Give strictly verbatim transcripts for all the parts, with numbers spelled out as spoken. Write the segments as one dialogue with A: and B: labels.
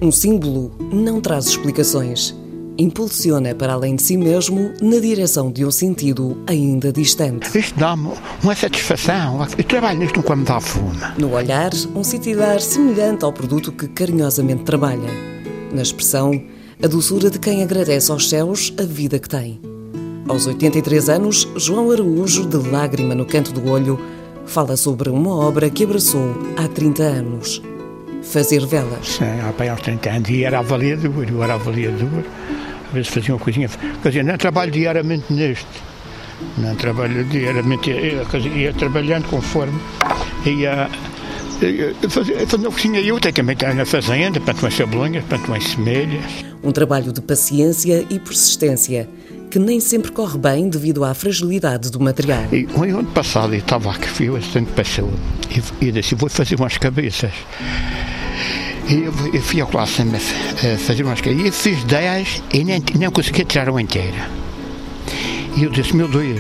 A: Um símbolo não traz explicações. Impulsiona para além de si mesmo na direção de um sentido ainda distante.
B: Isto dá-me uma satisfação. Eu trabalho nisto quando me dá fome.
A: No olhar, um sentido semelhante ao produto que carinhosamente trabalha. Na expressão, a doçura de quem agradece aos céus a vida que tem. Aos oitenta e três anos, João Araújo, de lágrima no canto do olho, fala sobre uma obra que abraçou há trinta anos. Fazer velas.
B: Sim, há aos trinta anos. E era avaliador, eu era avaliador. Às vezes fazia uma coisinha. Quer dizer, não trabalho diariamente neste. Não trabalho diariamente. Ia, ia trabalhando conforme ia. Fazia uma coisinha. Eu também estava na fazenda, planto umas cebolinhas, planto umas semelhas.
A: Um trabalho de paciência e persistência, que nem sempre corre bem devido à fragilidade do material.
B: E o ano passado eu estava aqui, fui o assistente de pessoa, e eu disse, vou fazer umas cabeças. E eu, eu fui à classe a fazer umas cabeças, e eu fiz dez e nem, nem consegui tirar uma inteira. E eu disse, meu Deus,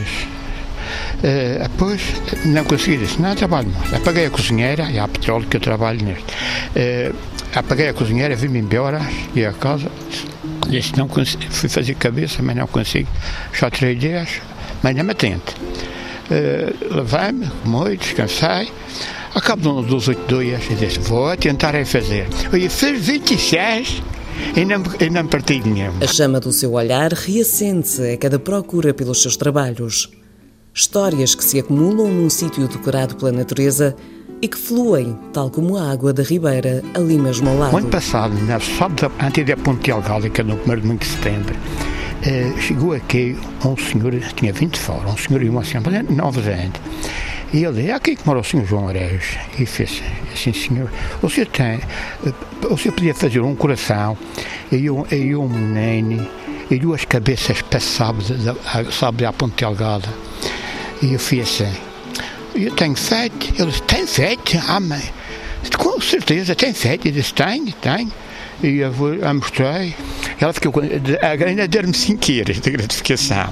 B: uh, depois não consegui, disse, não, trabalho mais. Apaguei a cozinheira, e há petróleo que eu trabalho neste. Uh, apaguei a cozinheira, vim-me embora, ia a casa, disse, não consigo, fui fazer cabeça, mas não consigo, já tirei dez, mas não me atento. Uh, Levei-me, comi, descansei, ao cabo dos oito dias, eu disse, vou tentar é fazer. Eu fiz vinte e seis e não, e não parti nenhum.
A: A chama do seu olhar reacende-se a cada procura pelos seus trabalhos. Histórias que se acumulam num sítio decorado pela natureza e que fluem, tal como a água da ribeira, ali mesmo ao lado.
B: O ano passado, na sábado da antiga Ponte Algálica, no primeiro domingo de setembro, eh, chegou aqui um senhor, tinha vindo de fora, um senhor e uma senhora, nove anos. E ele disse, é aqui que mora o senhor João Araújo. E fez assim, senhor, o senhor tem, o senhor podia fazer um coração e um, e um menino e duas cabeças para sábado, sábado à Ponte Delgada. E eu fiz assim, eu tenho feito. Ele disse, tem feito? Ah, mãe, com certeza, tem feito. Eu disse, tenho, tenho. E eu a mostrei. Ela ficou, ainda deu-me cinco euros de gratificação.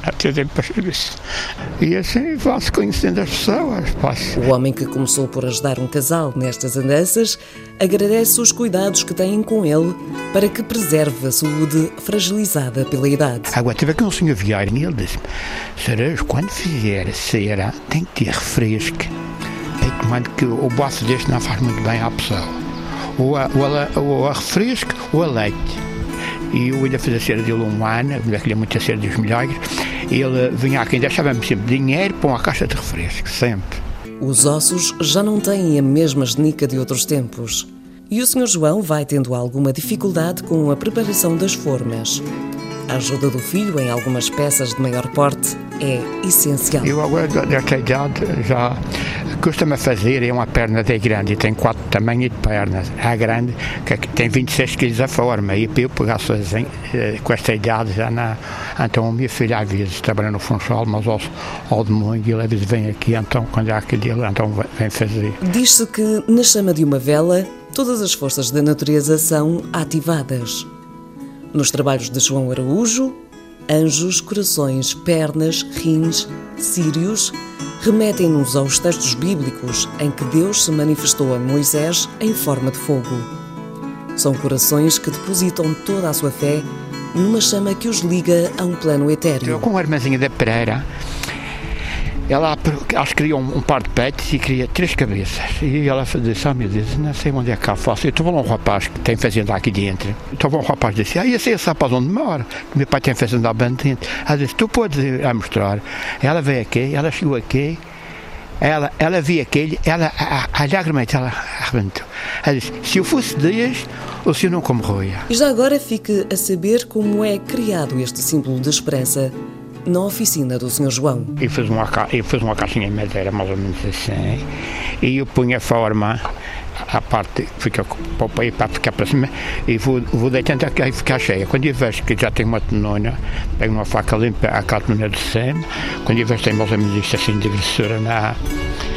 B: E assim vá-se conhecendo as pessoas. Passo.
A: O homem que começou por ajudar um casal nestas andanças agradece os cuidados que têm com ele para que preserve a saúde fragilizada pela idade.
B: Agora tive aqui um senhor Vieira e ele disse-me, Saraújo, quando fizer cera tem que ter refresco. É comando que o baço deste não faz muito bem à pessoa. Ou a, ou a, ou a refresco ou a leite. E eu ainda fiz a cera dele um ano, ainda queria muito a cera dos milagres. Ele vinha aqui, deixava-me sempre dinheiro para uma caixa de refresco, sempre.
A: Os ossos já não têm a mesma genica de outros tempos. E o senhor João vai tendo alguma dificuldade com a preparação das formas. A ajuda do filho em algumas peças de maior porte é essencial.
B: Eu agora, desta idade, já custa-me a fazer, é uma perna de grande, tem quatro tamanhos de pernas. A grande, que tem vinte e seis quilos a forma, e para eu pegar sozinho, com esta idade, já não. Então, a minha filha, às vezes, trabalha no Funchal, mas ao, ao domingo, e ele às vezes vem aqui, então, quando há aquele dia, então vem fazer.
A: Diz-se que, na chama de uma vela, todas as forças da natureza são ativadas. Nos trabalhos de João Araújo, anjos, corações, pernas, rins, círios, remetem-nos aos textos bíblicos em que Deus se manifestou a Moisés em forma de fogo. São corações que depositam toda a sua fé numa chama que os liga a um plano etéreo.
B: Eu, com a irmãzinha da Pereira, ela acho que queria um, um par de peitos e queria três cabeças. E ela disse, ah, meu Deus, não sei onde é que cá faço. Eu estava lá um rapaz que tem fazenda aqui dentro. Estava um rapaz que disse, ah, esse é esse rapaz onde mora. Meu pai tem fazenda lá dentro. Ela disse, tu podes ir a mostrar. Ela veio aqui, ela chegou aqui, ela, ela viu aquele, ela, a, a lágrima dela arrebentou. Ela disse, se eu fosse Deus, o senhor não morria.
A: E já agora fique a saber como é criado este símbolo de esperança na oficina do senhor João.
B: Eu fiz uma, eu fiz uma caixinha de madeira, mais ou menos assim, e eu punho a forma, a parte que fica para ficar para cima, e vou, vou deitando a ficar cheia. Quando eu vejo que já tem uma tonona, pego uma faca limpa, aquela tonona de cima, quando eu vejo que tem mais ou menos isto assim de grossura na,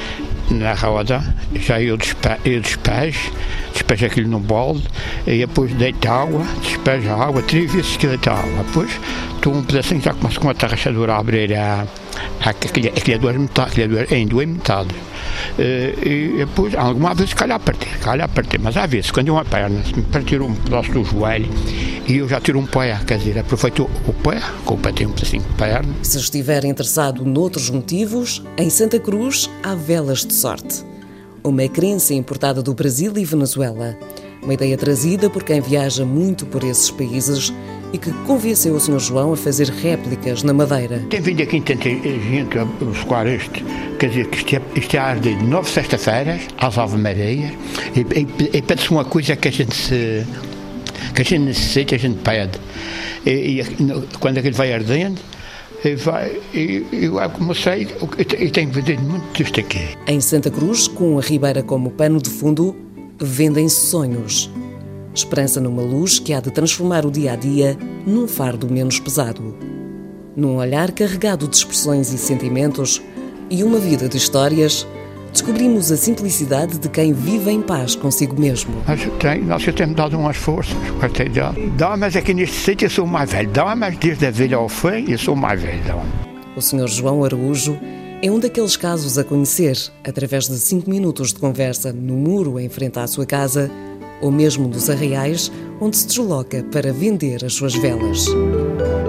B: na roda, já eu, despe, eu despejo, despejo aquilo no balde, e depois deito água, despejo a água, três vezes que deito a água. Depois estou um pedacinho, já começo com a tarraxadora a abrir a, a, aquele, aquele duas metades, em duas metades. Uh, e depois, alguma vez, calhar a partir, calhar a partir, mas às vezes, quando uma perna se me partir um pedaço do joelho e eu já tiro um pé, quer dizer, aproveito o pé, com o pé tem um pedacinho de perna.
A: Se estiver interessado noutros motivos, em Santa Cruz há velas de sorte. Uma crença importada do Brasil e Venezuela. Uma ideia trazida por quem viaja muito por esses países e que convenceu o senhor João a fazer réplicas na Madeira.
B: Tem vindo aqui tanta gente a buscar isto, quer dizer, que isto é, isto é a arder de nove sexta-feiras, às Ave Marias, e, e, e pede-se uma coisa que a gente se, que a gente necessita, a gente pede. E, e quando aquilo vai ardendo, e vai, e eu comecei, e tenho vendido muito disto aqui.
A: Em Santa Cruz, com a Ribeira como pano de fundo, vendem-se sonhos. Esperança numa luz que há de transformar o dia-a-dia num fardo menos pesado. Num olhar carregado de expressões e sentimentos e uma vida de histórias, descobrimos a simplicidade de quem vive em paz consigo mesmo.
B: Mas tem, nós temos dado umas forças, dá, mas aqui neste sítio eu sou mais velho, dá, mas desde a velha ao fim eu sou mais velho. Dá.
A: O senhor João Araújo é um daqueles casos a conhecer através de cinco minutos de conversa no muro em frente à sua casa, ou mesmo dos arraiais onde se desloca para vender as suas velas.